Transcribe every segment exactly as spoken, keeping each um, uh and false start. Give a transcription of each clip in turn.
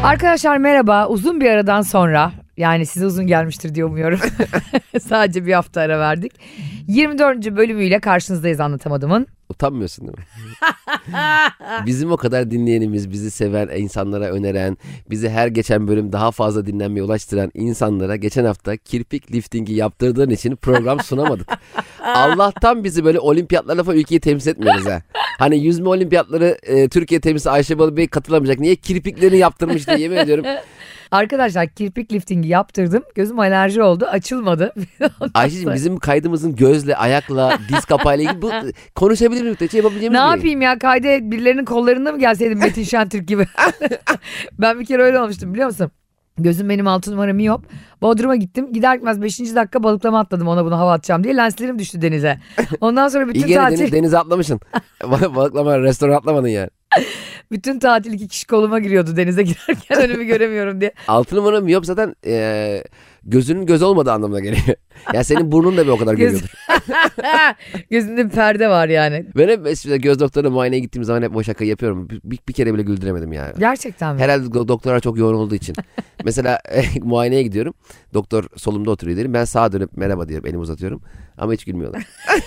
Arkadaşlar merhaba. Uzun bir aradan sonra, yani size uzun gelmiştir diye umuyorum. Sadece bir hafta ara verdik. yirmi dördüncü bölümüyle karşınızdayız Anlatamadım'ın. Utanmıyorsun değil mi? Bizim o kadar dinleyenimiz, bizi seven, insanlara öneren, bizi her geçen bölüm daha fazla dinlenmeye ulaştıran insanlara geçen hafta kirpik liftingi yaptırdığın için program sunamadık. Allah'tan bizi böyle olimpiyatlarla falan ülkeyi temsil etmiyoruz ha. Hani yüzme olimpiyatları e, Türkiye temsilcisi Ayşe Balıbey katılamayacak. Niye? Kirpiklerini yaptırmış diye yemin ediyorum. Arkadaşlar kirpik liftingi yaptırdım. Gözüm alerji oldu. Açılmadı. Ayşe'cim bizim kaydımızın gözle, ayakla, diz kapağıyla ilgili bu, konuşabilir miyim? Şey yapabileceğimiz ne mi? yapayım ya? Kayda birilerinin kollarında mı gelseydim Metin Şentürk gibi? Ben bir kere öyle olmuştum biliyor musun? Gözüm benim altı numara miyop. Bodrum'a gittim. Gider gitmez beşinci dakika balıklama atladım ona bunu hava atacağım diye. Lenslerim düştü denize. Ondan sonra bütün İyi tatil... deniz, denize atlamışsın. Balıklama restoran atlamadın yani. Bütün tatil iki kişi koluma giriyordu denize girerken önümü göremiyorum diye. Altı numara miyop zaten e, gözünün göz olmadığı anlamına geliyor. Yani senin burnun da bir o kadar Göz... görüyordur. Gözünde bir perde var yani. Ben hep mesela göz doktoruna muayeneye gittiğim zaman hep o şakayı yapıyorum. Bir, bir kere bile güldüremedim ya. Gerçekten mi? Herhalde doktorlar çok yoğun olduğu için. Mesela muayeneye gidiyorum. Doktor solumda oturuyor diyelim. Ben sağa dönüp merhaba diyorum. Elimi uzatıyorum. Ama hiç gülmüyorlar.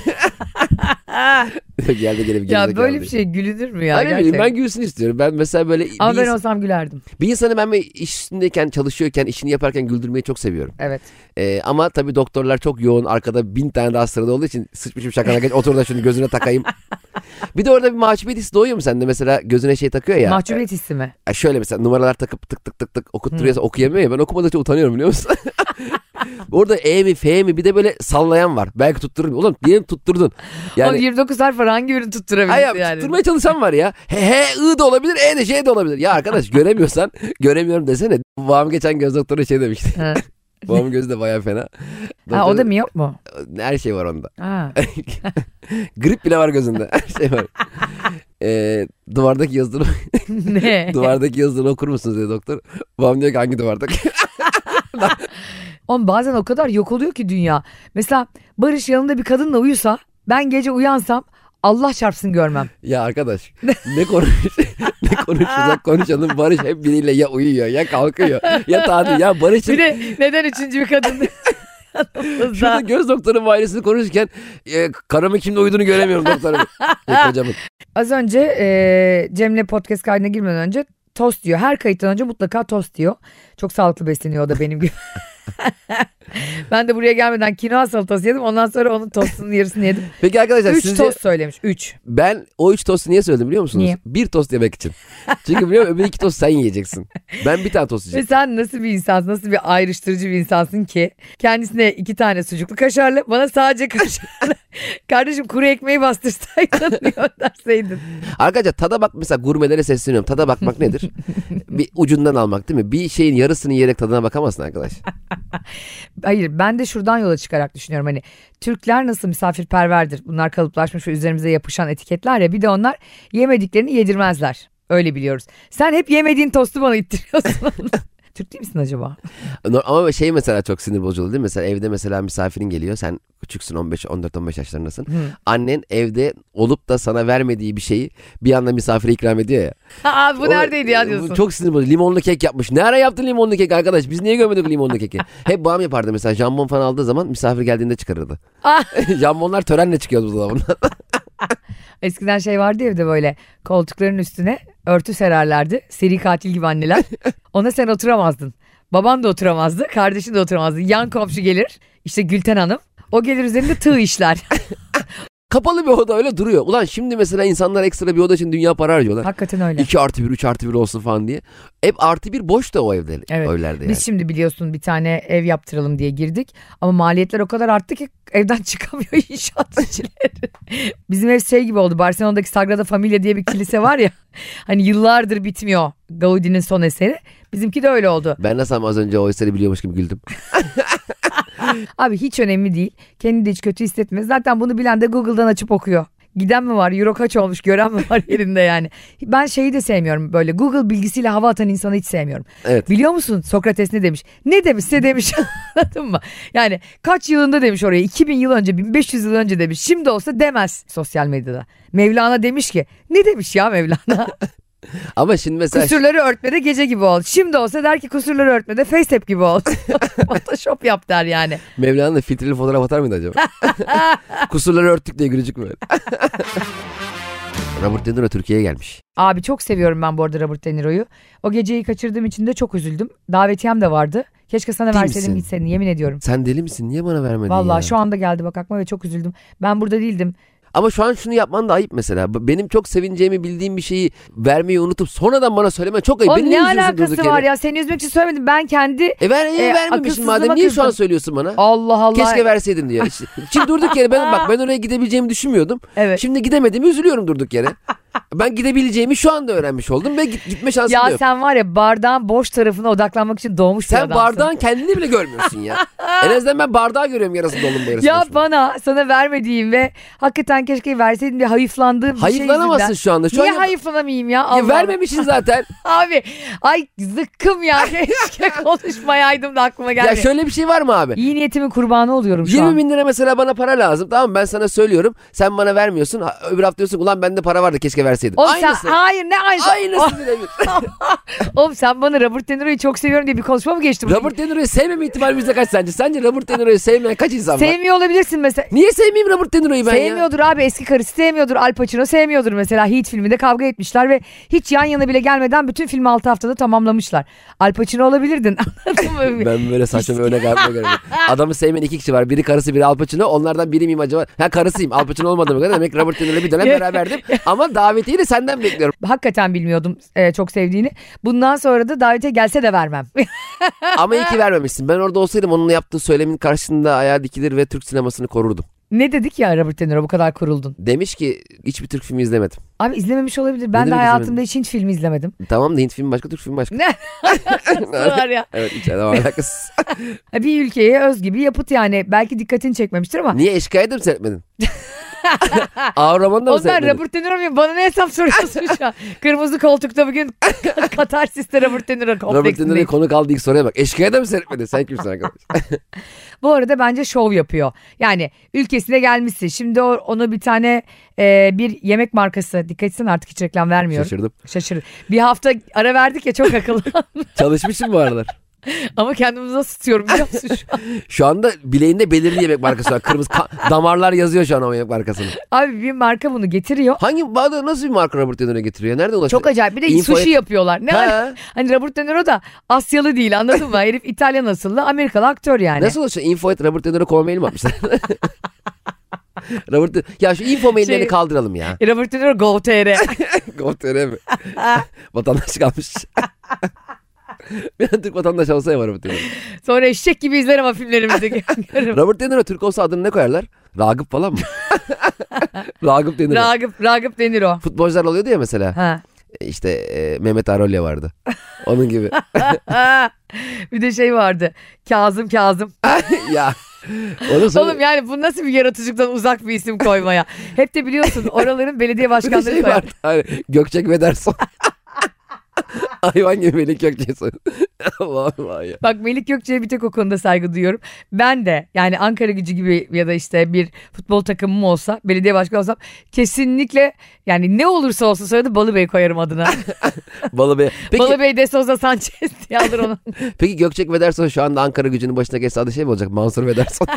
Geldi gelip ya böyle bir şey gülünür mü ya? Aynen, ben gülsün istiyorum. Ben mesela böyle ama bir ben ins- olsam gülerdim. Bir insanı ben iş üstündeyken, çalışıyorken, işini yaparken güldürmeyi çok seviyorum. Evet. Ee, ama tabii doktorlar çok yoğun. Arkada bin tane daha sırada olduğu için sıçmışım şakana geç. Otur da şunu gözüne takayım. Bir de orada bir mahcubiyet hissi doğuyor mu sende? Mesela gözüne şey takıyor ya. Mahcubiyet hissi mi? E, şöyle mesela numaralar takıp tık tık tık tık okutturuyorsa hmm. okuyamıyor ya. Ben okumadıkça utanıyorum biliyor musun? Orada E mi F mi bir de böyle sallayan var. Belki tutturur. Ulan diyelim tutturdun. Yani... O yirmi dokuz harf var, hangi birini tutturabilirsin yani? Tutturmaya çalışan var ya. He he I da olabilir, E de şey de olabilir. Ya arkadaş göremiyorsan göremiyorum desene. Babam geçen göz doktoru şey demişti. Babamın gözü de bayağı fena. Doktor, ha, o da mı yok mu? Her şey var onda. Grip bile var gözünde. Her şey var. Ee, duvardaki yazıları ne? Duvardaki yazıları okur musunuz diye doktor. Babam diyor ki hangi duvardaki? Oğlum bazen o kadar yok oluyor ki dünya. Mesela Barış yanında bir kadınla uyusa, ben gece uyansam Allah çarpsın görmem. Ya arkadaş ne konuş ne konuşursak konuşalım Barış hep biriyle ya uyuyor ya kalkıyor ya tatil ya Barış'ın. Bir de neden üçüncü bir kadın? Şurada göz doktoru muayenesini konuşurken e, karımın kimle uyuduğunu göremiyorum doktorum. Kocamın. Az önce e, Cem'le podcast kaydına girmeden önce tost diyor. Her kayıttan önce mutlaka tost diyor. Çok sağlıklı besleniyor o da benim gibi. Ben de buraya gelmeden kinoa salatası yedim. Ondan sonra onun tostunun yarısını yedim. Peki arkadaşlar üç sizce... tost söylemiş. Üç. Ben o üç tostu niye söyledim biliyor musunuz? Niye? Bir tost yemek için. Çünkü biliyor musun öbür iki tost sen yiyeceksin. Ben bir tane tost yiyeceğim. Ve sen nasıl bir insansın, nasıl bir ayrıştırıcı bir insansın ki kendisine iki tane sucuklu kaşarlı, bana sadece kaşarlı. Kardeşim kuru ekmeği bastırsaydın gönderseydin. Arkadaşlar tada bak, mesela gurmelere sesleniyorum. Tada bakmak nedir? Bir ucundan almak değil mi? Bir şeyin yarısını yiyerek tadına bakamazsın arkadaş. Hayır, ben de şuradan yola çıkarak düşünüyorum, hani Türkler nasıl misafirperverdir, bunlar kalıplaşmış ve üzerimize yapışan etiketler ya, bir de onlar yemediklerini yedirmezler, öyle biliyoruz. Sen hep yemediğin tostu bana ittiriyorsun. Türk değil misin acaba? Ama şey mesela çok sinir bozucu değil mi? Mesela evde mesela misafirin geliyor, sen küçüksün, on beş on dört on beş yaşlarındasın. Hmm. Annen evde olup da sana vermediği bir şeyi bir anda misafire ikram ediyor ya. Aa, bu o, neredeydi ya diyorsun. Çok sinir bozucu. Limonlu kek yapmış. Ne ara yaptın limonlu kek arkadaş? Biz niye görmedik limonlu keki? Hep babam yapardı mesela, jambon falan aldığı zaman misafir geldiğinde çıkarırdı. Jambonlar törenle çıkıyordu buzdolabından. Eskiden şey vardı evde, böyle koltukların üstüne örtü sererlerdi. Seri katil gibi anneler. Ona sen oturamazdın. Baban da oturamazdı. Kardeşin de oturamazdı. Yan komşu gelir. İşte Gülten Hanım. O gelir üzerinde tığ işler. Kapalı bir oda öyle duruyor. Ulan şimdi mesela insanlar ekstra bir oda için dünya para harcıyorlar. Hakikaten öyle. iki artı bir, üç artı bir olsun falan diye. Hep artı bir boş da o evde. Evet. Evlerde yani. Biz şimdi biliyorsun bir tane ev yaptıralım diye girdik. Ama maliyetler o kadar arttı ki evden çıkamıyor inşaat işçileri. Bizim ev şey gibi oldu. Barcelona'daki Sagrada Familia diye bir kilise var ya. Hani yıllardır bitmiyor. Gaudi'nin son eseri. Bizimki de öyle oldu. Ben nasıl ama az önce o eseri biliyormuş gibi güldüm. Abi hiç önemli değil. Kendini de hiç kötü hissetme. Zaten bunu bilen de Google'dan açıp okuyor. Giden mi var, euro kaç olmuş gören mi var yerinde yani. Ben şeyi de sevmiyorum, böyle Google bilgisiyle hava atan insanı hiç sevmiyorum. Evet. Biliyor musun Sokrates ne demiş? Ne demişse demiş, anladın mı? Yani kaç yılında demiş oraya, iki bin yıl önce, bin beş yüz yıl önce demiş. Şimdi olsa demez sosyal medyada. Mevlana demiş ki, ne demiş ya Mevlana? Ama şimdi mesela... Kusurları örtmede gece gibi ol. Şimdi olsa der ki kusurları örtmede FaceApp gibi ol. Photoshop yap der yani. Mevlana da filtreli fotoğraf atar mıydı acaba? Kusurları örttük diye gülücük mü? Robert De Niro Türkiye'ye gelmiş. Abi çok seviyorum ben bu arada Robert De Niro'yu. O geceyi kaçırdığım için de çok üzüldüm. Davetiyem de vardı. Keşke sana Değil verseydim misin? gitseydin, yemin ediyorum. Sen deli misin? Niye bana vermedin Vallahi ya? şu anda geldi bak aklıma ve çok üzüldüm. Ben burada değildim. Ama şu an şunu yapman da ayıp mesela. Benim çok sevineceğimi bildiğim bir şeyi vermeyi unutup sonradan bana söylemen çok ayıp. O Beni ne niye üzüyorsun alakası durduk var yere? ya? Seni üzmek için söylemedim. Ben kendi E ver, e, e, vermemişsin madem. akılsızlığıma Niye şu an kızdım. söylüyorsun bana? Allah Allah. Keşke verseydin diye. İşte, şimdi durduk yere ben bak ben oraya gidebileceğimi düşünmüyordum. Evet. Şimdi gidemedim, üzülüyorum durduk yere. Ben gidebileceğimi şu anda öğrenmiş oldum ve git, gitme şansım Ya yok. sen var ya bardağın boş tarafına odaklanmak için doğmuş bir Sen adamsın. bardağın kendini bile görmüyorsun ya. En azından ben bardağı görüyorum, yarısı dolu mu yarısı Ya boş mu? bana sana vermediğim ve hakikaten keşke verseydin diye hayıflandığım bir şey yüzünden. Hayıflanamazsın şu anda. Şu Niye an hayıflanamayayım ya? ya Allah vermemişsin zaten. Allah. Abi ay zıkkım ya. Keşke konuşmayaydım da aklıma Ya gelmedi. şöyle bir şey var mı abi? İyi niyetimin kurbanı oluyorum şu yirmi an. bin lira mesela bana para lazım, tamam mı? Ben sana söylüyorum, sen bana vermiyorsun. Ha, öbür hafta diyorsun ulan bende para vardı keşke verseydin. Oğlum sen, Aynısı. hayır ne aynısı? Aynısı birebir. Oğlum sen bana Robert De Niro'yu çok seviyorum diye bir konuşma mı geçti? Robert De Niro'yu sevmeme ihtimali yüzde kaç sence? Sence Robert De Niro'yu sevmeyen kaç insan var? Sevmiyor olabilirsin mesela. Niye sevmeyeyim Robert De Niro'yu ben ya? Sevmiyordur abi, eski karısı sevmiyordur, Al Pacino sevmiyordur mesela. Heat filminde kavga etmişler ve hiç yan yana bile gelmeden bütün filmi altı haftada tamamlamışlar. Al Pacino olabilirdin, anladın mı? Ben böyle saçma bir örnek aklıma geldi. Adamı sevmeyen iki kişi var. Biri karısı, biri Al Pacino. Onlardan biri miyim acaba? Ha, karısıyım. Al Pacino olmadığım kadar. Demek Robert De Niro'yla bir dönem beraberdim. Ama davetiyi de senden bekliyorum. Hakikaten bilmiyordum e, çok sevdiğini. Bundan sonra da davete gelse de vermem. Ama iyi ki vermemişsin. Ben orada olsaydım onunla yaptığı söylemin karşısında ayağa dikilir ve Türk sinemasını korurdum. Ne dedik ya Robert De Niro, bu kadar kuruldun. Demiş ki hiçbir Türk filmi izlemedim. Abi izlememiş olabilir. Ben de demek hayatımda izlemedim? hiç Hint filmi izlemedim. Tamam da Hint filmi başka, Türk filmi başka. Ne alakası var ya? Evet, içeride var alakası. Bir ülkeye özgü bir yapıt yani. Belki dikkatini çekmemiştir ama. Niye Eşkıya'da mı seyretmedin? Ağır romanı da mı Onlar seyretmedin? Robert De Niro muyum? Bana ne hesap soruyorsun şu an? Kırmızı koltukta bugün Katarsis'te Robert De Niro Robert De Niro'yu kompleksindeyim. konuk aldı, ilk soruya bak. Eşkıya'da mı seyretmedin? Sen kimsin arkadaş? Bu arada bence şov yapıyor. Yani ülkesine gelmişsin. Şimdi o, onu bir tane e, bir yemek markası. Dikkat etsene, artık hiç reklam vermiyorum. Şaşırdım. Şaşırdım. Bir hafta ara verdik ya, çok akıllı. Çalışmışım bu aralar. Ama kendimi nasıl tutuyorum biliyor musun şu an? Şu anda bileğinde belirli yemek markası var. Kırmızı ka- damarlar yazıyor şu an o yemek markasını. Abi bir marka bunu getiriyor. Hangi bağda nasıl bir marka Robert De Niro'ya getiriyor? Nerede ulaşıyor? Çok acayip. Bir de Info sushi et- yapıyorlar. Ne Ha. ala- Hani Robert De Niro da Asyalı değil, anladın mı? Herif İtalyan asıllı, Amerikalı aktör yani. Nasıl ulaşıyor? Info et Robert De Niro koma mail mi atmışlar? Robert De... Ya şu info maillerini Şey- kaldıralım ya. Robert De Niro Gov.tr. Gov.tr mi? Vatandaş kalmış. Bir an Türk vatandaş olsa ya var Robert De Niro. Sonra eşek gibi izler ama filmlerimizi. Robert De Niro Türk olsa adını ne koyarlar? Ragıp falan mı? Ragıp De Niro. Ragıp, Ragıp De Niro. Futbolcular oluyordu ya mesela. Ha. İşte e, Mehmet Arolya vardı. Onun gibi. Bir de şey vardı. Kazım Kazım. Ya. Onu sonra... Oğlum yani bu nasıl bir yaratıcılıktan uzak bir isim koymaya. Hep de biliyorsun oraların belediye Bir de başkanları şey koyar. vardı. Hani Gökçek ve Derson. Hayvan gibi Melik Gökçek'sin. Allah Allah ya. Bak Melik Gökçe'ye bir tek o konuda saygı duyuyorum. Ben de yani Ankara Gücü gibi ya da işte bir futbol takımım olsa, belediye başkanı olsam kesinlikle yani ne olursa olsun soyadı Balıbey koyarım adına. Balıbey. Peki, Balıbey de Souza Sanchez diye alır onu. peki Gökçek ve Derson şu anda Ankara Gücü'nün başına geçse adı şey mi olacak? Mansur ve Derson.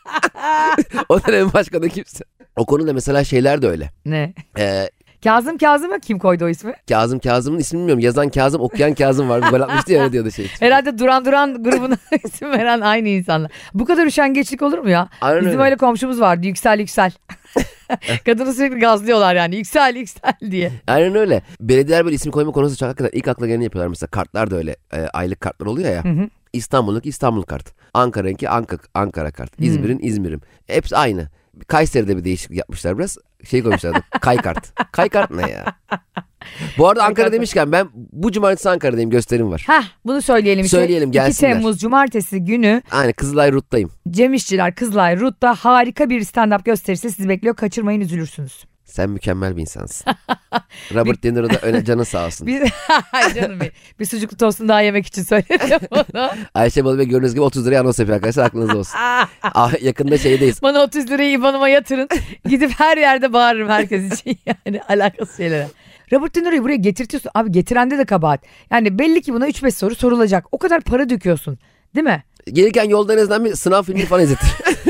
O dönemin başkanı kimse. O konuda mesela şeyler de öyle. Ne? Ee, Kazım Kazım'a kim koydu o ismi? Kazım Kazım'ın ismini bilmiyorum. Yazan Kazım, okuyan Kazım var. Gol atmıştı ya, öyle diyordu şey. Herhalde Duran Duran grubuna isim veren aynı insanlar. Bu kadar üşengeçlik olur mu ya? Aynen Bizim öyle. öyle komşumuz vardı. Yüksel Yüksel. Kadını sürekli gazlıyorlar yani. Yüksel Yüksel diye. Aynen öyle. Belediyeler böyle isim koyma konusunda çok hakikaten ilk akla geleni yapıyorlar. Mesela kartlar da öyle. E, aylık kartlar oluyor ya. Hı hı. İstanbul'unki İstanbul kart. Ankara'nınki Anka, Ankara kart. İzmir'in İzmir'im. Hepsi aynı. Kayseri'de bir değişiklik yapmışlar biraz. Şey koymuşlardı. Kay kart. Kay kart ne ya? Bu arada Kay Ankara kart. demişken ben bu cumartesi Ankara'dayım, gösterim var. Heh, bunu söyleyelim işte. Söyleyelim, gelsinler. iki Temmuz Cumartesi günü Aynen, Kızılay Rut'tayım. Cem İşçiler Kızılay Rut'ta harika bir stand-up gösterisi sizi bekliyor. Kaçırmayın, üzülürsünüz. Sen mükemmel bir insansın. Robert De Niro da öyle, canı sağ olsun. Bir, canım benim. Bir sucuklu tostunu daha yemek için söyledim bunu. Ayşe Balıbey gördüğünüz gibi otuz liraya anons yapıyor arkadaşlar, aklınızda olsun. Ah, yakında şeydeyiz. Bana otuz lirayı İBAN'ıma yatırın. Gidip her yerde bağırırım herkes için yani alakasız şeylere. Robert De Niro'yu buraya getirtiyorsun. Abi getirende de kabahat. Yani belli ki buna üç beş soru sorulacak. O kadar para döküyorsun. Değil mi? Gelirken yolda en azından bir sınav filmi falan izletir.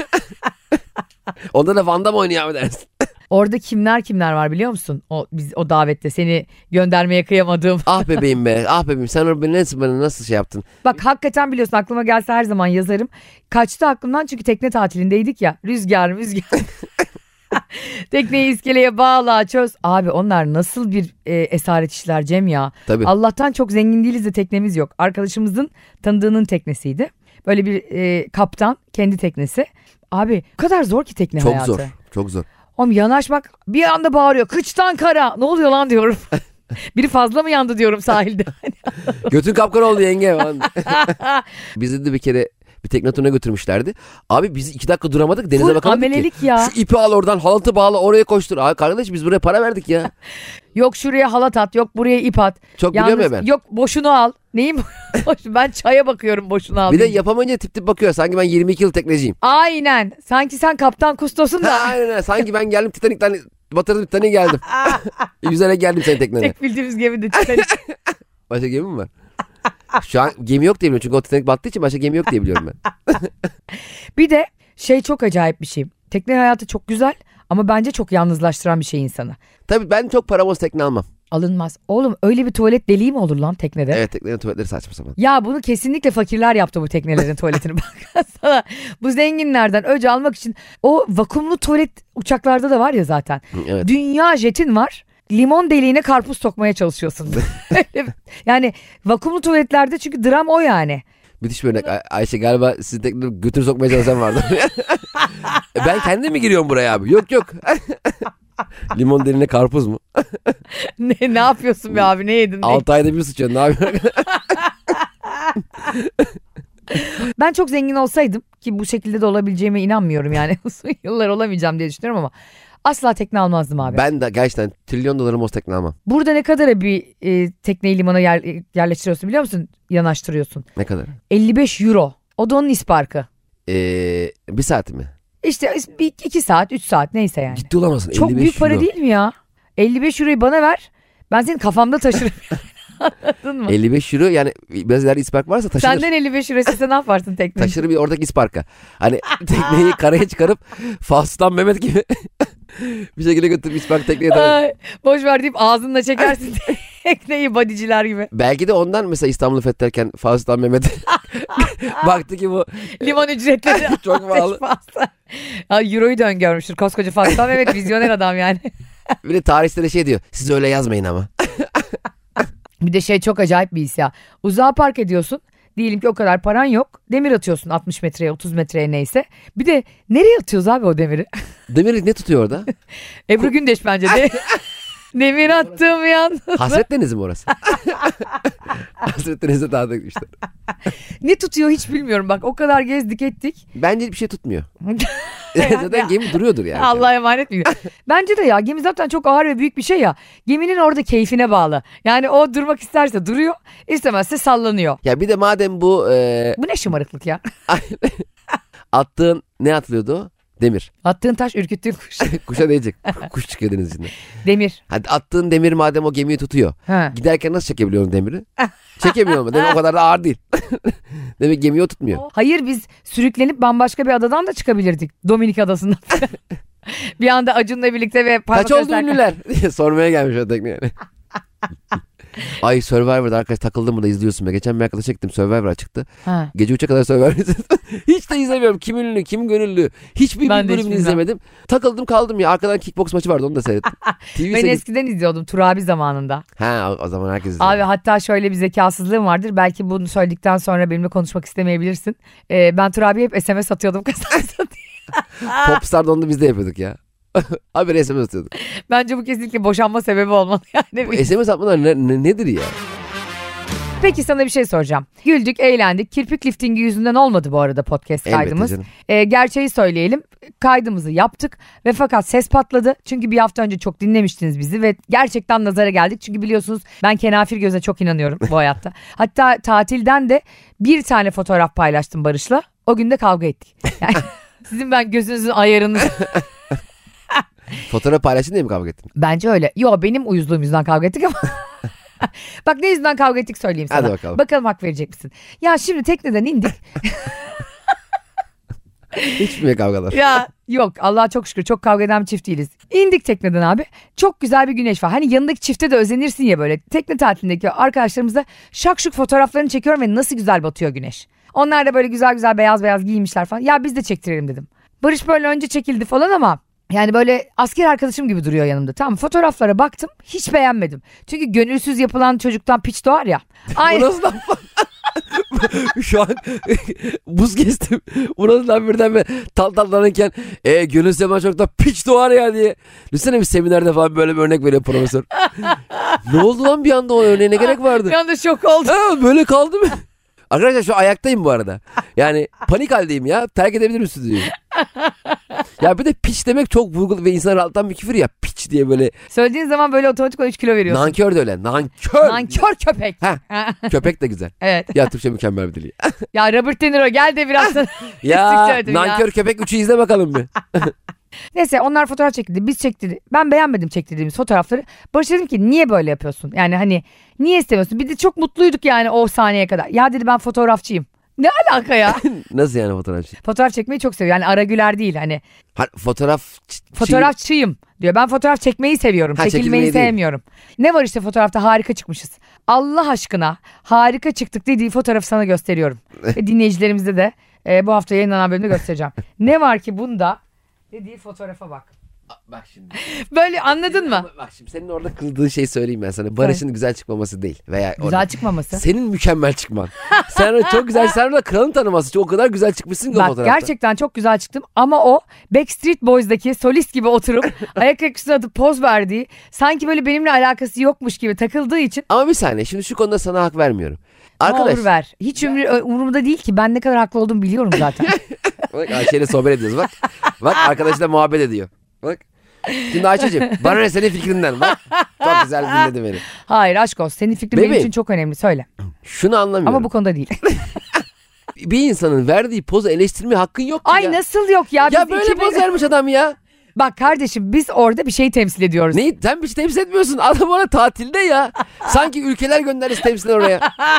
Onda da Van Damme oynuyor mu dersin? Orada kimler kimler var biliyor musun? O biz o davette seni göndermeye kıyamadığım. Ah bebeğim be. Ah bebeğim. Sen orada nasıl, bana nasıl şey yaptın? Bak hakikaten biliyorsun, aklıma gelse her zaman yazarım. Kaçtı aklımdan çünkü tekne tatilindeydik ya. Rüzgar rüzgar. Tekneyi iskeleye bağla çöz. Abi onlar nasıl bir e, esaret işler Cem ya. Tabii. Allah'tan çok zengin değiliz de teknemiz yok. Arkadaşımızın tanıdığının teknesiydi. Böyle bir e, kaptan, kendi teknesi. Abi o kadar zor ki tekne Çok hayatı. zor. Çok zor. Oğlum yanaşmak, bir anda bağırıyor. Kıçtan kara. Ne oluyor lan diyorum. Biri fazla mı yandı diyorum sahilde. Götün kapkara oldu yenge falan. Bizi de bir kere bir tekne turuna götürmüşlerdi. Abi biz iki dakika duramadık, denize Full bakamadık amelelik ki. ya. Şu ipi al oradan, halatı bağla, oraya koştur. Abi kardeş biz buraya para verdik ya. Yok şuraya halat at, yok buraya ip at. Çok Yalnız, biliyorum ya ben. Yok boşunu al. Neyim? Ben çaya bakıyorum boşuna al. Bir de yapamayınca tip tip bakıyor. Sanki ben yirmi iki yıl tekneciyim. Aynen. Sanki sen kaptan kustosun da. Aynen öyle. Sanki ben geldim Titanik'ten batırdım Titanik'e geldim. Yüzerek geldim senin teknene. Tek bildiğimiz gemi de Titanic. Başka gemi mi var? Şu an gemi yok diye biliyorum. Çünkü o Titanic battığı için başka gemi yok diye biliyorum ben. Bir de şey çok acayip bir şey. Tekne hayatı çok güzel ama bence çok yalnızlaştıran bir şey insanı. Tabii ben çok paramız tekne almam. Alınmaz. Oğlum öyle bir tuvalet deliği mi olur lan teknede? Evet, teknenin tuvaletleri saçma sapan. Ya bunu kesinlikle fakirler yaptı bu teknelerin tuvaletini. Bak sana, bu zenginlerden öc almak için o vakumlu tuvalet uçaklarda da var ya zaten. Evet. Dünya jetin var. Limon deliğine karpuz sokmaya çalışıyorsun. Yani vakumlu tuvaletlerde çünkü dram o yani. Müthiş bir örnek. Ay- Ayşe galiba sizin teknede götür sokmaya çalışan vardı. Ben kendim mi giriyorum buraya abi? Yok yok. Limon diline karpuz mu? ne, ne yapıyorsun be abi, ne yedin? Ne? altı ayda bir sıçıyorsun, ne yapıyorsun? Ben çok zengin olsaydım, ki bu şekilde de olabileceğime inanmıyorum yani. Uzun yıllar olamayacağım diye düşünüyorum ama asla tekne almazdım abi. Ben de gerçekten trilyon dolarım olsa tekne almam. Burada ne kadar bir e, tekneyi limana yer, yerleştiriyorsun biliyor musun? Yanaştırıyorsun. Ne kadar? elli beş euro. O da onun isparkı. Ee, bir saat mi? İşte bir, iki saat, üç saat neyse yani. Ciddi olamazsın. Çok elli beş büyük para euro. değil mi ya? elli beş euroyu bana ver. Ben seni kafamda taşırım. Anladın mı? elli beş euro yani biraz ileride ispark varsa taşınır. Senden elli beş euro istese ne yaparsın tekneyi? Taşır bir oradaki isparka. Hani tekneyi karaya çıkarıp Faust'tan Mehmet gibi bir şekilde götürüp ispark tekneye tabii. Ay, boş ver deyip ağzınla çekersin tekneyi badiciler gibi. Belki de ondan mesela İstanbul'u fethetlerken Faust'tan Mehmet baktı ki bu Limon ücretleri çok pahalı. fazla. Ya, Euro'yu da öngörmüştür koskoca Faktan. Evet, vizyoner adam yani. Bir de tarihte de şey diyor. Siz öyle yazmayın ama. Bir de şey çok acayip bir his ya. Uzağa park ediyorsun. Diyelim ki o kadar paran yok. Demir atıyorsun altmış metreye, otuz metreye neyse. Bir de nereye atıyoruz abi o demiri? Demir ne tutuyor orada? Ebru Gündeş bence de. Demir attığım yalnız. Hasret Denizi mi orası? Hasret Denizi'ne daha da gitmişler. Ne tutuyor hiç bilmiyorum bak, o kadar gezdik ettik. Bence hiçbir şey tutmuyor. Zaten gemi duruyordur yani. Allah'a emanet miyim? Bence de ya, gemi zaten çok ağır ve büyük bir şey ya. Geminin orada keyfine bağlı. Yani o durmak isterse duruyor, istemezse sallanıyor. Ya bir de madem bu e, Bu ne şımarıklık ya? attığın ne atlıyordu o? Demir. Attığın taş ürküttüğün kuş. Kuşa değecek. Kuş çıkıyor deniz içinde. Demir. Hadi attığın demir madem o gemiyi tutuyor. Ha. Giderken nasıl çekebiliyorsun demiri? Çekemiyor mu? Demek o kadar da ağır değil. Demek gemiyi o tutmuyor. Hayır, biz sürüklenip bambaşka bir adadan da çıkabilirdik. Dominik adasından. Bir anda Acun'la birlikte ve parmak Kaç oldu gösterken- ünlüler diye sormaya gelmiş o tekne yani. Ay Survivor'da arkadaş takıldın mı da izliyorsun be. Geçen bir arkadaşa gittim, Survivor çıktı. Ha. Gece üçe kadar Survivor izledim. Hiç de izlemiyorum. Kim ünlü, kim gönüllü. Hiçbir Ben bir de hiç bölümünü bilmem. izlemedim. Takıldım kaldım ya. Arkadan kickbox maçı vardı, onu da seyrettim. T V Ben sekiz. eskiden izliyordum Turabi zamanında. Ha o, o zaman herkes izliyor. Abi hatta şöyle bir zekasızlığım vardır. Belki bunu söyledikten sonra benimle konuşmak istemeyebilirsin. Ee, ben Turabi'ye hep S M S atıyordum kasasına diye. Popstar'da onu da biz de yapıyorduk ya. Abi S M S atıyorduk. Bence bu kesinlikle boşanma sebebi olmalı yani. Bu S M S atmalar ne, ne- nedir ya? Peki sana bir şey soracağım. Güldük, eğlendik. Kirpik liftingi yüzünden olmadı bu arada podcast Elbette kaydımız. canım. Ee, gerçeği söyleyelim. Kaydımızı yaptık ve fakat ses patladı. Çünkü bir hafta önce çok dinlemiştiniz bizi ve gerçekten nazara geldik. Çünkü biliyorsunuz ben kenafir göze çok inanıyorum bu hayatta. Hatta tatilden de bir tane fotoğraf paylaştım Barış'la. O gün de kavga ettik. Yani sizin ben gözünüzün ayarını... Fotoğraf paylaştın diye mi kavga ettin? Bence öyle. Yo benim uyuzluğum yüzünden kavga ettik ama. Bak ne yüzünden kavga ettik söyleyeyim sana. Hadi bakalım. Bakalım hak verecek misin? Ya şimdi tekneden indik. Hiç mi kavgalar? Ya yok Allah'a çok şükür çok kavga eden bir çift değiliz. İndik tekneden abi. Çok güzel bir güneş var. Hani yanındaki çifte de özenirsin ya böyle. Tekne tatilindeki arkadaşlarımızla şakşuk fotoğraflarını çekiyorum ve nasıl güzel batıyor güneş. Onlar da böyle güzel güzel beyaz beyaz giymişler falan. Ya biz de çektirelim dedim. Barış böyle önce çekildi falan ama yani böyle asker arkadaşım gibi duruyor yanımda. Tamam fotoğraflara baktım hiç beğenmedim. Çünkü gönülsüz yapılan çocuktan piç doğar ya. Aynı. Bu nasıl laf? Şu an buz kestim. Bu nasıl laf birden ben tal tallanırken e, gönül sema çok da piç doğar ya diye. Düşünsene bir seminerde falan böyle bir örnek veriyor profesör. Ne oldu lan bir anda o örneğe ne gerek vardı? Bir anda şok oldum. Ha, böyle kaldı mı? Arkadaşlar şu ayaktayım bu arada. Yani panik haldeyim ya. Terk edebilir misin diyor. Ya bir de piç demek çok vurgulu ve insanı rahatlatan bir küfür ya. Piç diye böyle. Söylediğin zaman böyle otomatik üç kilo veriyorsun. Nankör de öyle. Nankör. Nankör köpek. Heh, köpek de güzel. Evet. Ya Türkçe mükemmel bir dil. Ya Robert De Niro gel de biraz sana. Ya Türkçe nankör ya. köpek üçü izle bakalım bir. Neyse onlar fotoğraf çekti. Biz çektirdik. Ben beğenmedim çektirdiğimiz fotoğrafları. Barış dedim ki niye böyle yapıyorsun? Yani hani niye istemiyorsun? Bir de çok mutluyduk yani o saniyeye kadar. Ya dedi ben fotoğrafçıyım. Ne alaka ya? Nasıl yani fotoğrafçı? Fotoğraf çekmeyi çok seviyor. Yani Ara Güler değil hani. Ha, fotoğraf... Fotoğrafçıyım diyor. Ben fotoğraf çekmeyi seviyorum. Ha, çekilmeyi çekilmeyi değil. sevmiyorum. Ne var işte fotoğrafta harika çıkmışız. Allah aşkına harika çıktık dediği fotoğrafı sana gösteriyorum. Ve dinleyicilerimize de e, bu hafta yayınlanan bölümde göstereceğim. Ne var ki bunda dediği fotoğrafa bak. Bak şimdi. Böyle anladın mı? Bak şimdi senin orada kızdığın şey söyleyeyim ben sana. Barış'ın evet. güzel çıkmaması değil. Veya güzel orada, çıkmaması. Senin mükemmel çıkman. Sen orada çok güzel. Sen orada kralın tanıması. O kadar güzel çıkmışsın ki bak, o fotoğrafta. Gerçekten çok güzel çıktım. Ama o Backstreet Boys'daki solist gibi oturup ayak üstüne atıp poz verdiği sanki böyle benimle alakası yokmuş gibi takıldığı için. Ama bir saniye şimdi şu konuda sana hak vermiyorum. Arkadaş. Ne olur ver. Hiç umur, umurumda değil ki. Ben ne kadar haklı olduğumu biliyorum zaten. Bak Ayşe'yle sohbet ediyoruz bak. Bak arkadaşıyla muhabbet ediyor. Bak. Şimdi Ayşe'cim bana ne senin fikrinden bak. Çok güzel dinledi beni. Hayır aşk olsun. Senin fikrin benim Bebeğim, için çok önemli. Söyle. Şunu anlamıyorum. Ama bu konuda değil. Bir insanın verdiği pozu eleştirmeye hakkın yok ki Ay ya. nasıl yok ya? Ya Biz böyle iki bin poz vermiş adam ya. Bak kardeşim biz orada bir şeyi temsil ediyoruz. Neyi? Sen bir şey temsil etmiyorsun. Adam orada tatilde ya. Sanki ülkeler göndeririz temsilen oraya.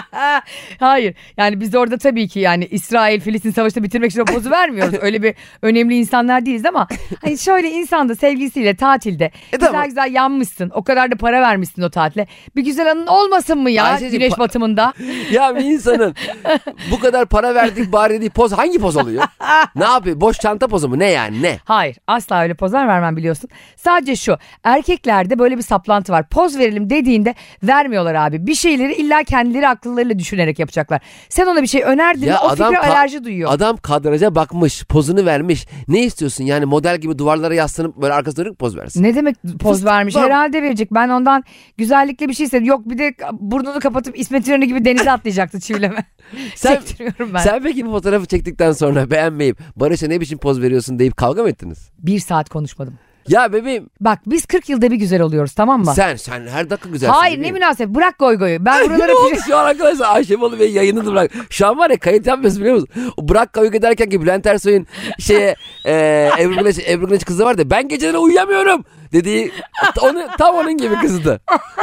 Hayır. Yani biz orada tabii ki yani İsrail-Filistin savaşını bitirmek için o pozu vermiyoruz. Öyle bir önemli insanlar değiliz ama hani şöyle insan da sevgilisiyle tatilde E güzel tamam. güzel yanmışsın. O kadar da para vermişsin o tatile. Bir güzel anın olmasın mı ya Ayşeciğim, güneş pa- batımında? Ya bir insanın bu kadar para verdik bari dediği poz hangi poz oluyor? Ne yapıyor? Boş çanta pozu mu? Ne yani? Ne? Hayır asla öyle pozlar vermem biliyorsun. Sadece şu erkeklerde böyle bir saplantı var. Poz verelim dediğinde vermiyorlar abi. Bir şeyleri illa kendileri akıllarıyla düşünerek yapacaklar. Sen ona bir şey önerdin mi o fikre ka- alerji duyuyor. Adam kadraja bakmış, pozunu vermiş. Ne istiyorsun yani model gibi duvarlara yaslanıp böyle arkasına dönüp poz versin. Ne demek poz Fıstık vermiş? var. Herhalde verecek. Ben ondan güzellikle bir şey istedim. Yok bir de burnunu kapatıp İsmet İnönü gibi denize atlayacaktı çivileme. Sen, Çektiriyorum ben. sen peki bu fotoğrafı çektikten sonra beğenmeyip Barış'a ne biçim poz veriyorsun deyip kavga mı ettiniz? Bir saat konuşmadım. Ya bebeğim. Bak biz kırk yılda bir güzel oluyoruz tamam mı? Sen sen her dakika güzelsin. Hayır bebeğim. ne münasebet bırak goy goyu. Ben buraları Ne oldu şu an arkadaşlar Ayşe Balı Bey yayını da bırak. Şu an var ya kayıt yapmıyorsun biliyor musun? O bırak kavga ederken ki Bülent Ersoy'un şeye e, Ebru Güneş, Ebru Güneş kızı vardı. Ben geceleri uyuyamıyorum dediği onu, tam onun gibi kızdı.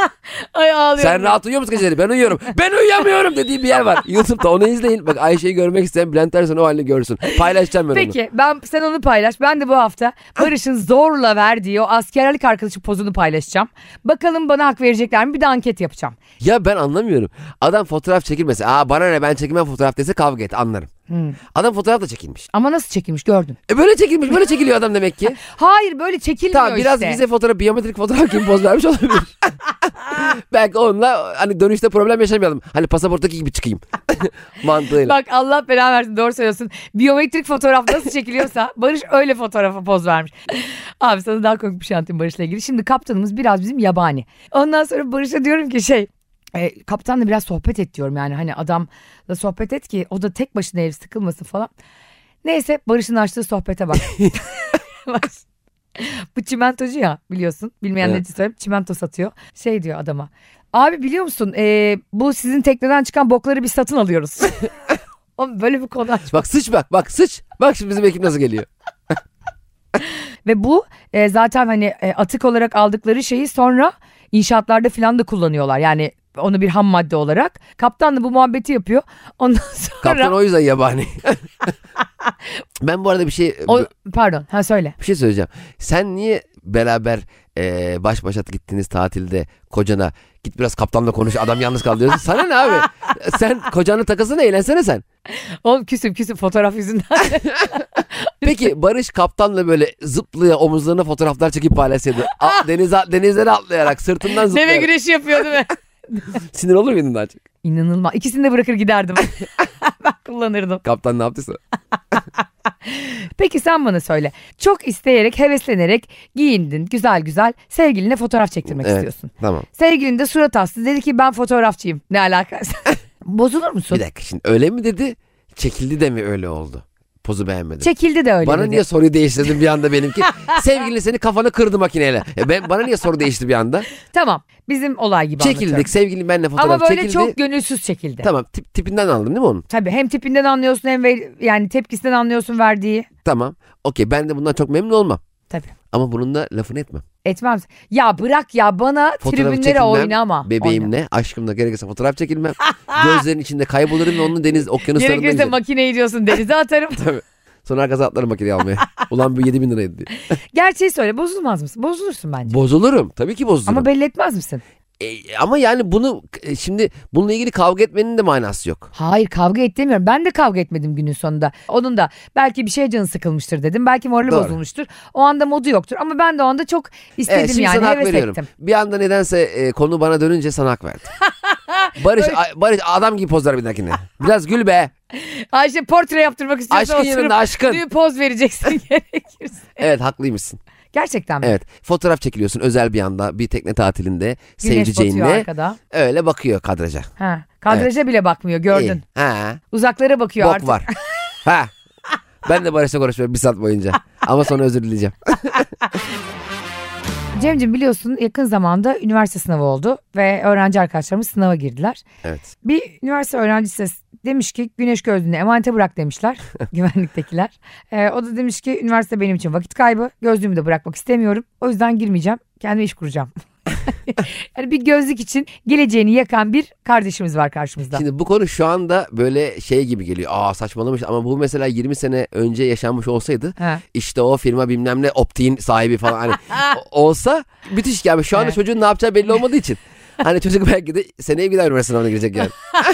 Ay ağlıyorum. Sen rahat uyuyor musun geceleri? Ben uyuyorum. Ben uyuyamıyorum dediği bir yer var. YouTube'da onu izleyin. Bak Ayşe'yi görmek isteyen Bülent Ersoy'un o halini görsün. Paylaşacağım ben onu. Peki ben sen onu paylaş. Ben de bu hafta Barış'ın zorla verdiği o askerlik arkadaşı pozunu paylaşacağım. Bakalım bana hak verecekler mi? Bir de anket yapacağım. Ya ben anlamıyorum. Adam fotoğraf çekilmese, aa bana ne ben çekmem fotoğraf dese kavga et anlarım. Hmm. Adam fotoğraf da çekilmiş. Ama nasıl çekilmiş gördün. E böyle çekilmiş, böyle çekiliyor adam demek ki. Hayır böyle çekilmiyor Tamam biraz işte. bize fotoğraf, biyometrik fotoğraf gibi poz vermiş olabilir. Belki onunla hani dönüşte problem yaşamayalım. Hani pasaporttaki gibi çıkayım. Mantığıyla. Bak Allah belanı versin doğru söylüyorsun. Biyometrik fotoğraf nasıl çekiliyorsa Barış öyle fotoğrafa poz vermiş. Abi sana daha komik bir şey anlatayım Barış'la ilgili. Şimdi kaptanımız biraz bizim yabani. Ondan sonra Barış'a diyorum ki şey... E, kaptanla biraz sohbet et diyorum yani hani adamla sohbet et ki o da tek başına ev sıkılmasın falan. Neyse Barış'ın açtığı sohbete bak. Bak. Bu çimentocu ya biliyorsun bilmeyenler Evet. için söyleyeyim çimento satıyor. Şey diyor adama abi biliyor musun e, bu sizin tekneden çıkan bokları biz satın alıyoruz. Oğlum böyle bir konu aç. Bak sıç bak bak sıç. Bak şimdi bizim ekip nasıl geliyor. Ve bu e, zaten hani e, atık olarak aldıkları şeyi sonra inşaatlarda falan da kullanıyorlar. Yani onu bir ham madde olarak. Kaptan da bu muhabbeti yapıyor. Ondan sonra... Kaptan o yüzden yabani. Ben bu arada bir şey... O, pardon ha söyle. Bir şey söyleyeceğim. Sen niye beraber e, baş başa gittiniz tatilde kocana git biraz kaptanla konuş adam yalnız kal diyorsun. Sana ne abi? Sen kocanın takısına eğlensene sen. Oğlum küsüm küsüm fotoğraf yüzünden. Peki Barış kaptanla böyle zıplaya omuzlarına fotoğraflar çekip paylaşsaydı. A, denize, denizlere atlayarak sırtından zıplayarak. Deve güreşi yapıyor değil mi? Sinir olur muydun daha çok? İnanılmaz. İkisini de bırakır giderdim. Ben kullanırdım. Kaptan ne yaptıysa. Peki sen bana söyle. Çok isteyerek, heveslenerek giyindin. Güzel güzel. Sevgiline fotoğraf çektirmek Evet, istiyorsun. tamam. Sevgilin de surat astı. Dedi ki ben fotoğrafçıyım. Ne alakası? Bozulur musun? Bir dakika şimdi öyle mi dedi? Çekildi de mi öyle oldu? Pozu beğenmedim. Çekildi de öyle Bana dedi. niye soruyu değiştirdin bir anda benimki? Sevgilin seni kafanı kırdı makineyle. E ben, bana niye soru değişti bir anda? Tamam. Bizim olay gibi anlatıyorum. Çekildik. Sevgilin benimle fotoğraf Ama böyle çekildi. çok gönülsüz çekildi. Tamam tip, tipinden anladım değil mi onun? Tabii hem tipinden anlıyorsun hem ve, yani tepkisinden anlıyorsun verdiği. Tamam. Okey ben de bundan çok memnun olmam. Tabii. Ama bunun da lafını etmem. Etmem. Ya bırak ya bana Fotoğrafı tribünlere çekilmem, oynama. bebeğimle, Oyna. aşkımla gerekirse fotoğraf çekilmem. Gözlerin içinde kaybolurum ve onu deniz okyanuslarında Gerekirse izlerim. makineyi diyorsun denize atarım. Tabii. Sonra arkası atlarım makineyi almaya. Ulan bu yedi bin liraydı diye. Gerçeği söyle bozulmaz mısın? Bozulursun bence. Bozulurum. Tabii ki bozulurum. Ama belli etmez misin? E, ama yani bunu e, şimdi bununla ilgili kavga etmenin de manası yok. Hayır kavga et demiyorum. Ben de kavga etmedim günün sonunda. Onun da belki bir şeye canı sıkılmıştır dedim. Belki morali Doğru. bozulmuştur. O anda modu yoktur. Ama ben de o anda çok istedim Evet, şimdi yani. sana hak Heves veriyorum. ettim. Bir anda nedense e, konu bana dönünce sana hak verdim. Barış, a- Barış adam gibi pozlar bir dahakine. Biraz gül be. Ayşe portre yaptırmak istiyorsan Aşkın yanında aşkın. bir poz vereceksin gerekirse. Evet haklıymışsın. Gerçekten mi? Evet fotoğraf çekiliyorsun özel bir anda bir tekne tatilinde Güneş batıyor sevdiceğinle. arkada. Öyle bakıyor kadraja. Ha, kadraja bile bakmıyor gördün. İyi. Ha. Uzaklara bakıyor Bok artık. var. Ha. Ben de Barış'la konuşmuyorum bir saat boyunca. Ama sonra özür dileyeceğim. Cemciğim biliyorsun yakın zamanda üniversite sınavı oldu ve öğrenci arkadaşlarımız sınava girdiler. Evet. Bir üniversite öğrencisi demiş ki güneş gözlüğünü emanete bırak demişler güvenliktekiler. Ee, o da demiş ki üniversite benim için vakit kaybı, gözlüğümü de bırakmak istemiyorum. O yüzden girmeyeceğim, kendime iş kuracağım. Yani bir gözlük için geleceğini yakan bir kardeşimiz var karşımızda. Şimdi bu konu şu anda böyle şey gibi geliyor. Aa saçmalamış ama bu mesela yirmi sene önce yaşanmış olsaydı Ha. işte o firma bilmem ne optiğin sahibi falan hani o- olsa müthiş yani şu anda Evet. çocuğun ne yapacağı belli olmadığı için. Hani çocuk belki de seneye bir daha üniversite sınavına girecek yani.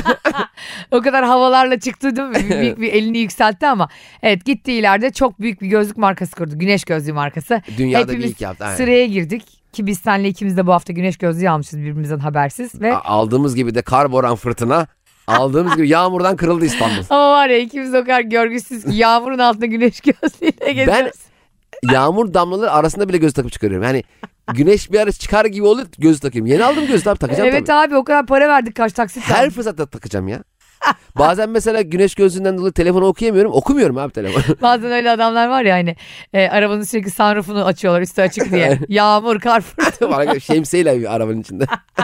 O kadar havalarla çıktı değil mi? Büyük bir elini yükseltti ama evet gitti ileride çok büyük bir gözlük markası kurdu. Güneş gözlüğü markası. Dünyada bir Hepimiz ilk yaptı. aynen. sıraya girdik ki biz seninle ikimiz de bu hafta güneş gözlüğü almışız birbirimizden habersiz ve A- Aldığımız gibi de kar boran fırtına. Aldığımız gibi yağmurdan kırıldı İstanbul. ama var ya ikimiz o kadar görgüsüz ki yağmurun altında güneş gözlüğüyle geziyoruz. Yağmur damlaları arasında bile göz takıp çıkarıyorum. Yani güneş bir ara çıkar gibi olur göz takayım. Yeni aldım göz tabii takacağım Evet tabii. abi o kadar para verdik kaç taksit. Her aldık. fırsatta takacağım ya. Bazen mesela güneş gözlüğünden dolayı telefonu okuyamıyorum. Okumuyorum abi telefonu. Bazen öyle adamlar var ya hani e, arabanın sürekli sunroofunu açıyorlar üstü açık diye. Yağmur, kar, fırtına. Bana şemsiyeyle bir arabanın içinde.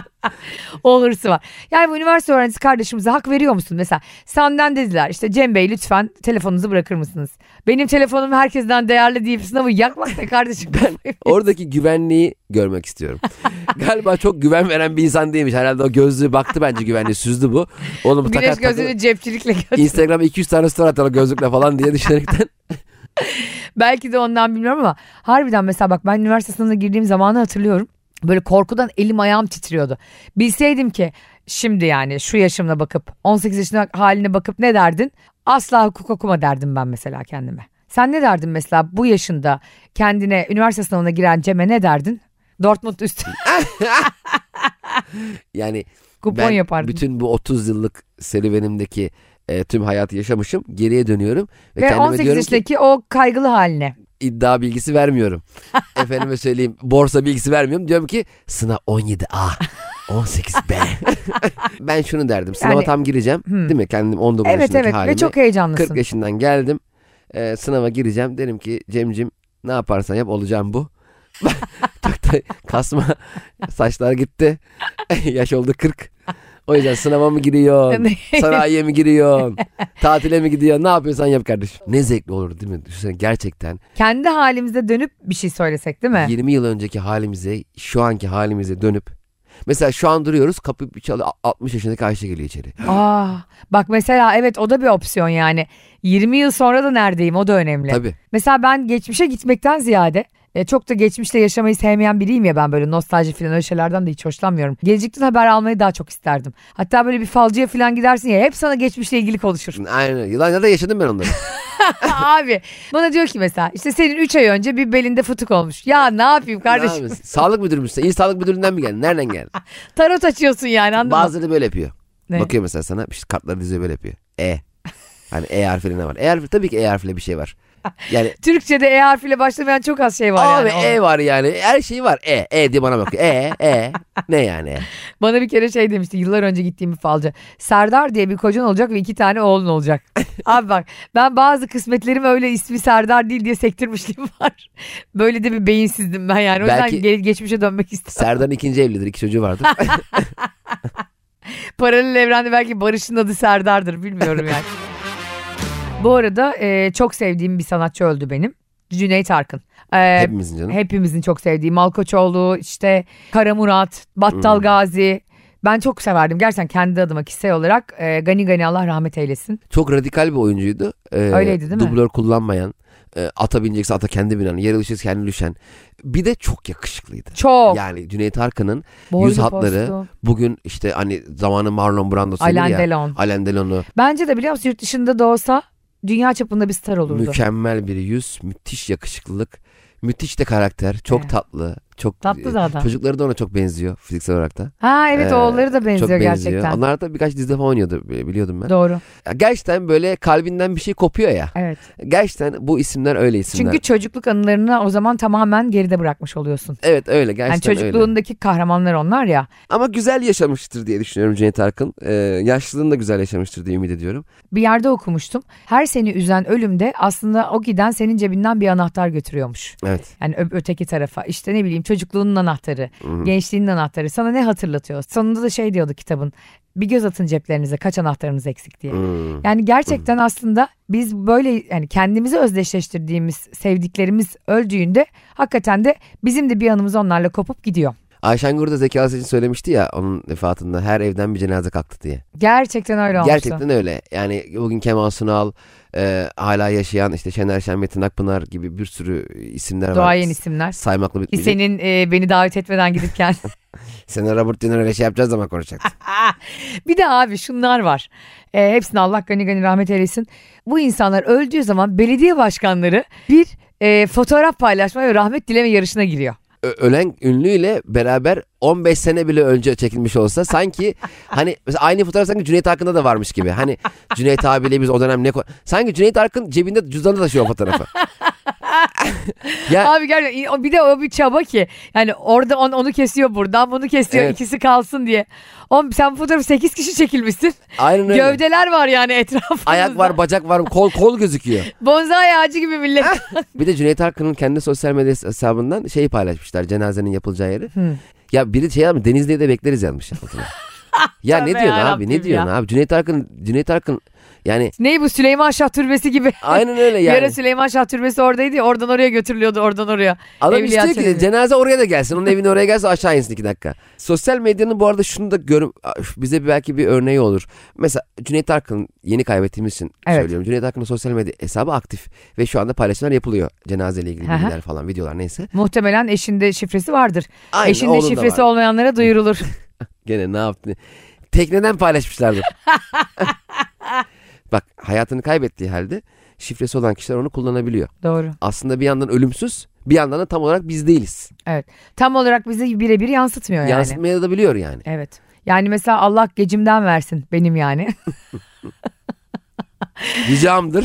O hırsı var. Yani bu üniversite öğrencisi kardeşimize hak veriyor musun? Mesela senden dediler işte Cem Bey lütfen telefonunuzu bırakır mısınız? Benim telefonum herkesten değerli deyip sınavı yakmak da kardeşim. Ben Oradaki güvenliği görmek istiyorum. Galiba çok güven veren bir insan değilmiş. Herhalde o gözlüğü baktı bence güvenliği süzdü bu. Oğlum bu güneş takar takar. gözlüğünü cepçilikle götür. Instagram'a iki yüz tane story atalım gözlükle falan diye düşünerekten. Belki de ondan bilmiyorum ama harbiden mesela bak ben üniversite sınavına girdiğim zamanı hatırlıyorum. Böyle korkudan elim ayağım titriyordu. Bilseydim ki şimdi yani şu yaşımla bakıp on sekiz yaşında haline bakıp ne derdin? Asla hukuk okuma derdim ben mesela kendime. Sen ne derdin mesela bu yaşında kendine üniversite sınavına giren Cem'e ne derdin? Dortmund üstü Yani kupon ben yapardın. bütün bu otuz yıllık serüvenimdeki e, tüm hayatı yaşamışım. Geriye dönüyorum. Ve, Ve kendime on sekiz diyorum ki yaşındaki o kaygılı haline. iddia bilgisi vermiyorum. Efendime söyleyeyim borsa bilgisi vermiyorum. Diyorum ki sınav on yedi A, on sekiz B. Ben şunu derdim. Sınava Yani- tam gireceğim. Hmm. Değil mi? Kendim on dokuz Evet yaşındaki evet halime. ve çok heyecanlısın. kırk yaşından geldim. Ee, sınava gireceğim. Derim ki Cemcim ne yaparsan yap olacağım bu. Çok da kasma. Saçlar gitti. Yaş oldu kırk. O yüzden sınava mı giriyorsun? Sanayiye mi giriyorsun? Tatile mi gidiyorsun? Ne yapıyorsan yap kardeşim. Ne zevkli olur değil mi? Düşünsene gerçekten. Kendi halimize dönüp bir şey söylesek değil mi? yirmi yıl önceki halimize, şu anki halimize dönüp. Mesela şu an duruyoruz, kapı bir çalıyor, altmış yaşındaki Ayşe geliyor içeri. Aa, bak mesela evet, o da bir opsiyon yani. yirmi yıl sonra da neredeyim, o da önemli. Tabii. Mesela ben geçmişe gitmekten ziyade e, çok da geçmişte yaşamayı sevmeyen biriyim ya, ben böyle nostalji falan öyle şeylerden de hiç hoşlanmıyorum. Gelecekten haber almayı daha çok isterdim. Hatta böyle bir falcıya falan gidersin ya, hep sana geçmişle ilgili konuşur. Aynen. Yıllarca da yaşadım ben onları. Abi bana diyor ki mesela işte senin üç ay önce bir belinde fıtık olmuş. Ya ne yapayım kardeşim? Ne sağlık müdürü müsün? İyi sağlık müdüründen mi geldin? Nereden geldin? Tarot açıyorsun yani, anladın mı? Bazıları böyle yapıyor. Ne? Bakıyor mesela sana, işte kartları diziyor, böyle yapıyor. E. Hani E harfiyle ne var? E harfi, tabii ki E harfiyle bir şey var. Yani Türkçe'de E harfiyle başlamayan çok az şey var abi yani. E var yani. Her şey var. E. E diye bana bakıyor. E. E. Ne yani E? Bana bir kere şey demişti yıllar önce gittiğim bir falcı. Serdar diye bir kocan olacak ve iki tane oğlun olacak. Abi bak, ben bazı kısmetlerim öyle ismi Serdar değil diye sektirmişliğim var. Böyle de bir beyinsizdim ben yani. O Belki yüzden ge- geçmişe dönmek istedim. Serdar'ın ikinci evlidir. İki çocuğu vardır. Paralel evrende belki Barış'ın adı Serdar'dır, bilmiyorum yani. Bu arada e, çok sevdiğim bir sanatçı öldü benim. Cüneyt Arkın. E, Hepimizin canım. Hepimizin çok sevdiği Malkoçoğlu, işte Kara Murat, Battal Hmm. Gazi. Ben çok severdim gerçekten kendi adıma kişisel olarak. E, Gani Gani Allah rahmet eylesin. Çok radikal bir oyuncuydu. Ee, Öyleydi değil mi? Dublör kullanmayan, e, ata binecekse ata kendi binen, yere düşecekse kendi düşen. Bir de çok yakışıklıydı. Çok. Yani Cüneyt Arkın'ın Boylu yüz hatları postu. bugün işte hani zamanı Marlon Brando söyler Alain ya. Delon. Alain Delon'u. Bence de biliyor musun, yurt dışında da olsa dünya çapında bir star olurdu. Mükemmel bir yüz, müthiş yakışıklılık, müthiş de karakter, çok Evet. tatlı, çok Tatlı da adam. Çocukları da ona çok benziyor fiziksel olarak da. Ha evet, Ee, oğulları da benziyor, çok benziyor. gerçekten. Onlar da birkaç dizide falan oynuyordu, biliyordum ben. Doğru. Ya gerçekten böyle kalbinden bir şey kopuyor ya. Evet. Gerçekten bu isimler öyle isimler. Çünkü çocukluk anılarını o zaman tamamen geride bırakmış oluyorsun. Evet öyle, Yani gerçekten öyle. çocukluğundaki kahramanlar onlar ya. Ama güzel yaşamıştır diye düşünüyorum Cüneyt Arkın. Ee, yaşlılığını da güzel yaşamıştır diye ümit ediyorum. Bir yerde okumuştum. Her seni üzen ölümde aslında o giden senin cebinden bir anahtar götürüyormuş. Evet. Yani ö- öteki tarafa. İşte ne bileyim, çocukluğunun anahtarı, Hı-hı. gençliğinin anahtarı. Sana ne hatırlatıyor? Sonunda da şey diyordu kitabın. Bir göz atın ceplerinize, kaç anahtarınız eksik diye. Hmm. Yani gerçekten aslında biz böyle yani kendimizi özdeşleştirdiğimiz sevdiklerimiz öldüğünde hakikaten de bizim de bir anımız onlarla kopup gidiyor. Ayşen Gurda Zeki Alasya söylemişti ya onun vefatında, her evden bir cenaze kalktı diye. Gerçekten öyle olmuştu. Gerçekten öyle. Yani bugün Kemal Sunal, e, hala yaşayan işte Şener Şen, Metin Akpınar gibi bir sürü isimler var. Doğayan isimler. Saymakla Ki bitmeyecek. senin e, beni davet etmeden gidipken. Sen Robert De Niro ile şey yapacağız zaman konuşacaktık. Bir de abi şunlar var. E, hepsine Allah gani gani rahmet eylesin. Bu insanlar öldüğü zaman belediye başkanları bir e, fotoğraf paylaşma ve rahmet dileme yarışına giriyor. Ö- ölen ünlüyle beraber on beş sene bile önce çekilmiş olsa sanki hani mesela aynı fotoğraf sanki Cüneyt Arkın'da da varmış gibi. Hani Cüneyt abiyle biz o dönem ne ko- sanki Cüneyt Arkın cebinde cüzdanında taşıyor o fotoğrafı. Ya Abi gerçekten o- bir de o bir çaba ki. Yani orada on, onu kesiyor, buradan bunu kesiyor, Evet. ikisi kalsın diye. Oğlum sen bu fotoğrafı sekiz kişi çekilmişsin. aynen öyle. Gövdeler var yani etrafımızda. Ayak var, bacak var, kol kol gözüküyor. Bonsai ağacı gibi millet. Bir de Cüneyt Arkın'ın kendi sosyal medya hesabından şeyi paylaşmışlar, cenazenin yapılacağı yeri. Hı. Ya biri şey yapmış, Denizli'ye de bekleriz yazmış. Ya ne Tövbe diyorsun abi, yarabbim ne diyorsun ya. abi? Cüneyt Arkın, Cüneyt Arkın yani Ney bu, Süleyman Şah Türbesi gibi. aynen öyle Bir ara yani. Süleyman Şah Türbesi oradaydı ya, oradan oraya götürülüyordu, oradan oraya. Adam Evliya istiyor ki Çelebi. cenaze oraya da gelsin. Onun evine oraya gelsin, aşağı insin iki dakika. Sosyal medyanın bu arada şunu da görüm, bize belki bir örneği olur. Mesela Cüneyt Arkın, yeni kaybettiğimiz için Evet. söylüyorum. Cüneyt Arkın'ın sosyal medya hesabı aktif. Ve şu anda paylaşımlar yapılıyor. Cenazeyle ilgili Hı hı. bilgiler falan, videolar neyse. Muhtemelen eşinde şifresi vardır. Aynen, Eşinde oğlun da şifresi var. olmayanlara duyurulur. Gene ne yaptı? Tekneden paylaşmışlardır. Bak, hayatını kaybettiği halde şifresi olan kişiler onu kullanabiliyor. Doğru. Aslında bir yandan ölümsüz, bir yandan da tam olarak biz değiliz. Evet. Tam olarak bizi birebir yansıtmıyor yani. Yansıtmaya da biliyor yani. Evet. Yani mesela Allah gecimden versin benim yani. Ricamdır.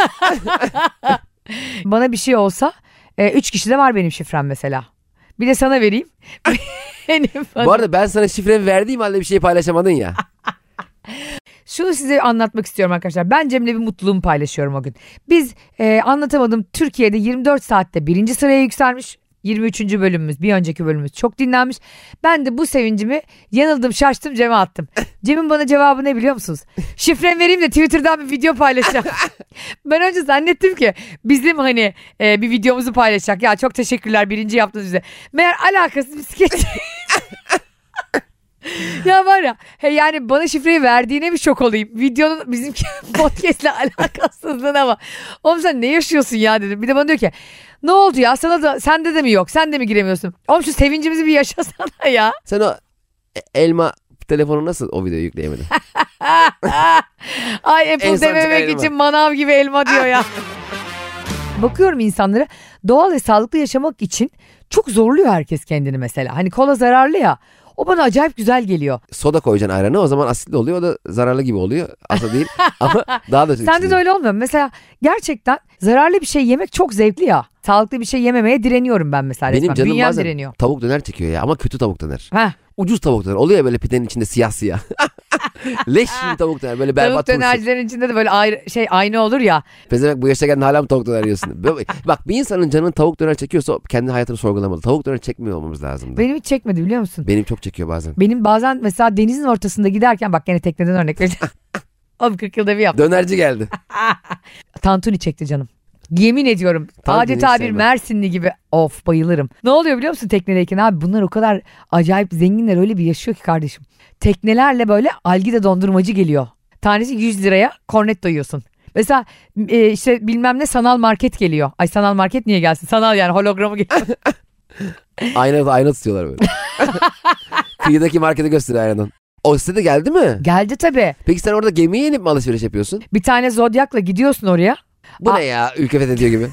Bana bir şey olsa e, üç kişi de var benim şifrem mesela. Bir de sana vereyim. Benim Bu arada ben sana şifremi verdiğim halde bir şey paylaşamadın ya. Şunu size anlatmak istiyorum arkadaşlar. Ben Cem'le bir mutluluğumu paylaşıyorum o gün. Biz e, anlatamadım, Türkiye'de yirmi dört saatte birinci sıraya yükselmiş. yirmi üçüncü bölümümüz, bir önceki bölümümüz çok dinlenmiş. Ben de bu sevincimi yanıldım şaştım Cem'e attım. Cem'in bana cevabı ne biliyor musunuz? Şifremi vereyim de Twitter'dan bir video paylaşacağım. Ben önce zannettim ki bizim hani e, bir videomuzu paylaşacak. Ya çok teşekkürler birinci yaptınız bize. Meğer alakasız bir skeç. Ya var ya he yani bana şifreyi verdiğine bir şok olayım. Videonun bizimki podcast'le alakasızlığına ama. Oğlum sen ne yaşıyorsun ya dedim. Bir de bana diyor ki ne oldu ya sana da sende de mi yok sen de mi giremiyorsun? Oğlum şu sevincimizi bir yaşasana ya. Sen o elma telefonu nasıl o videoyu yükleyemedin? Ay Apple dememek için manav gibi elma diyor ya. Bakıyorum insanlara doğal ve sağlıklı yaşamak için çok zorluyor herkes kendini mesela. Hani kola zararlı ya. O bana acayip güzel geliyor. Soda koyacaksın ayrana o zaman asitli oluyor o da zararlı gibi oluyor. Aslında değil ama daha da... Sende de öyle olmuyor mu? Mesela gerçekten zararlı bir şey yemek çok zevkli ya. Sağlıklı bir şey yememeye direniyorum ben mesela. Benim resmen. canım Bünyem bazen direniyor. tavuk döner çekiyor ya ama kötü tavuk döner. Heh. Ucuz tavuk döner oluyor ya böyle pidenin içinde siyah siyah. Leş gibi tavuk döner böyle berbat Tavuk dönercilerin içinde de böyle ayrı, şey aynı olur ya. Pezevenk bu yaşta geldin hala mı tavuk döner yiyorsun? Bak bir insanın canının tavuk döner çekiyorsa kendi hayatını sorgulamalı. Tavuk döner çekmiyor olmamız lazım. Benim hiç çekmedi biliyor musun? Benim çok çekiyor bazen. Benim bazen mesela denizin ortasında giderken bak gene tekneden örnek vereceğim. Oğlum kırk yılda bir yap. Dönerci geldi. Tantuni çekti canım. Yemin ediyorum Tantuni adeta bir sevmem. Mersinli gibi of bayılırım. Ne oluyor biliyor musun teknedeyken abi bunlar o kadar acayip zenginler öyle bir yaşıyor ki kardeşim. Teknelerle böyle algida dondurmacı geliyor. Tanesi yüz liraya kornetto yiyorsun. Mesela e, işte bilmem ne sanal market geliyor. Ay sanal market niye gelsin? Sanal yani hologramı geliyor. ayna, ayna tutuyorlar böyle. Kıyıdaki markete gösteriyor aynadan. O site de geldi mi? Geldi tabii. Peki sen orada gemiye inip mi alışveriş yapıyorsun? Bir tane Zodyak'la gidiyorsun oraya. Bu Aa. ne ya? Ülke fethediyor gibi.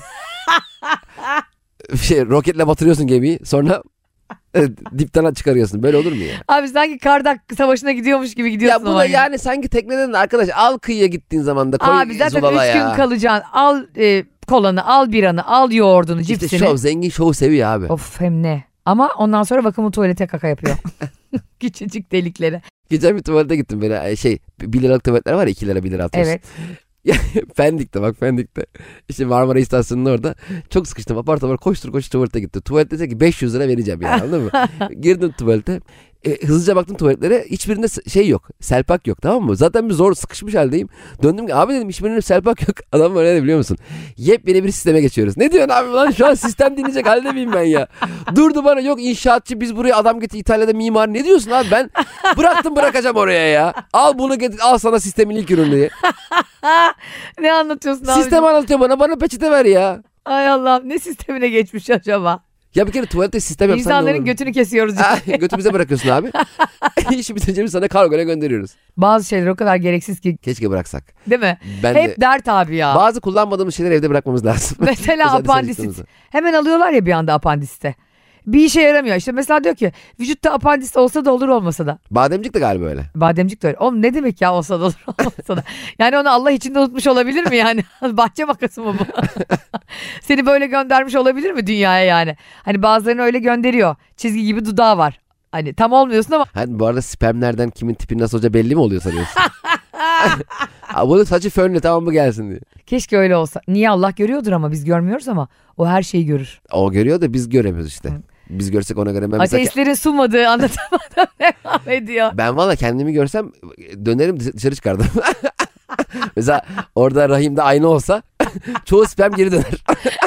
şey, roketle batırıyorsun gemiyi. Sonra dipten çıkarıyorsun. Böyle olur mu ya? Abi sanki Kardak Savaşı'na gidiyormuş gibi gidiyorsun. Ya bu da yani sanki tekneden arkadaş al kıyıya gittiğin zaman da koy abi zaten zulala üç ya. gün kalacaksın. Al e, kolanı, al biranı, al yoğurdunu, İşte cipsini. şov, zengin şovu seviyor abi. Of hem ne. Ama ondan sonra vakumlu tuvalete kaka yapıyor. Küçücük deliklere. Geçen bir tuvalete gittim böyle şey bir liralık tuvaletler var ya iki lira bir lira atıyorsun. Evet. Pendik'te bak Pendik'te. İşte Marmara İstasyonu'nun orada. Çok sıkıştım. Apar topar koştur koştur tuvalete gitti. Tuvalette dedi ki beş yüz lira vereceğim yani anladın mı? Girdim tuvalete. E, hızlıca baktım tuvaletlere. Hiçbirinde şey yok. Selpak yok tamam mı? Zaten bir zor sıkışmış haldeyim. Döndüm ki abi dedim hiçbirinde selpak yok. Adam öyle de biliyor musun? Yepyeni bir sisteme geçiyoruz. Ne diyorsun abi lan şu an sistem dinleyecek halde miyim ben ya? Durdu bana yok inşaatçı biz buraya adam getir İtalya'da mimar. Ne diyorsun abi ben bıraktım bırakacağım oraya ya. Al bunu getir al sana sistemin ilk ürünü. Ne anlatıyorsun abi? Sistem anlatıyor bana bana peçete ver ya. Ay Allah ne sistemine geçmiş acaba? Ya bir kere tuvalette sistem yapsan ne olur? İnsanların götünü kesiyoruz. Götümüze bırakıyorsun abi. İşi bitince sana kargoyla gönderiyoruz. Bazı şeyler o kadar gereksiz ki. Keşke bıraksak. Değil mi? Ben Hep de, dert abi ya. bazı kullanmadığımız şeyleri evde bırakmamız lazım. Mesela Özellikle apandisit. servisimizde. Hemen alıyorlar ya bir anda apandisite. Bir işe yaramıyor. İşte mesela diyor ki vücutta apandisit olsa da olur olmasa da. Bademcik de galiba öyle. Bademcik de öyle. Oğlum ne demek ya olsa da olur olmasa da. Yani onu Allah için de unutmuş olabilir mi yani? Bahçe makası mı bu? Seni böyle göndermiş olabilir mi dünyaya yani? Hani bazılarını öyle gönderiyor. Çizgi gibi dudağı var. Hani tam olmuyorsun ama. Hani bu arada spermlerden kimin tipi nasıl olacağı belli mi oluyor sanıyorsun? Bunu saçı fönle tamam mı gelsin diye. Keşke öyle olsa. Niye Allah görüyordur ama biz görmüyoruz ama o her şeyi görür. O görüyor da biz göremiyoruz işte. Biz görsek ona göre ben mesela... Ateistlerin sunmadığı anlatamadan devam ediyor. Ben valla kendimi görsem dönerim dışarı çıkardım. Mesela orada rahimde ayna olsa çoğu sperm geri döner.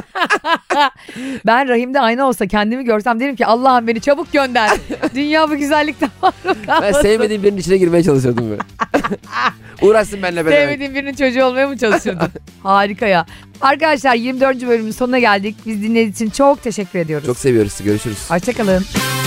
Ben rahimde ayna olsa kendimi görsem derim ki Allah'ım beni çabuk gönder. Dünya bu güzellikten mahrum kalmasın. Ben sevmediğim birinin içine girmeye çalışıyordum böyle. Uğraşsın benimle beraber. Sevmediğim birinin çocuğu olmaya mı çalışıyordun? Harika ya. Arkadaşlar yirmi dördüncü bölümün sonuna geldik. Biz dinlediğiniz için çok teşekkür ediyoruz. Çok seviyoruz sizi. Görüşürüz. Hoşçakalın.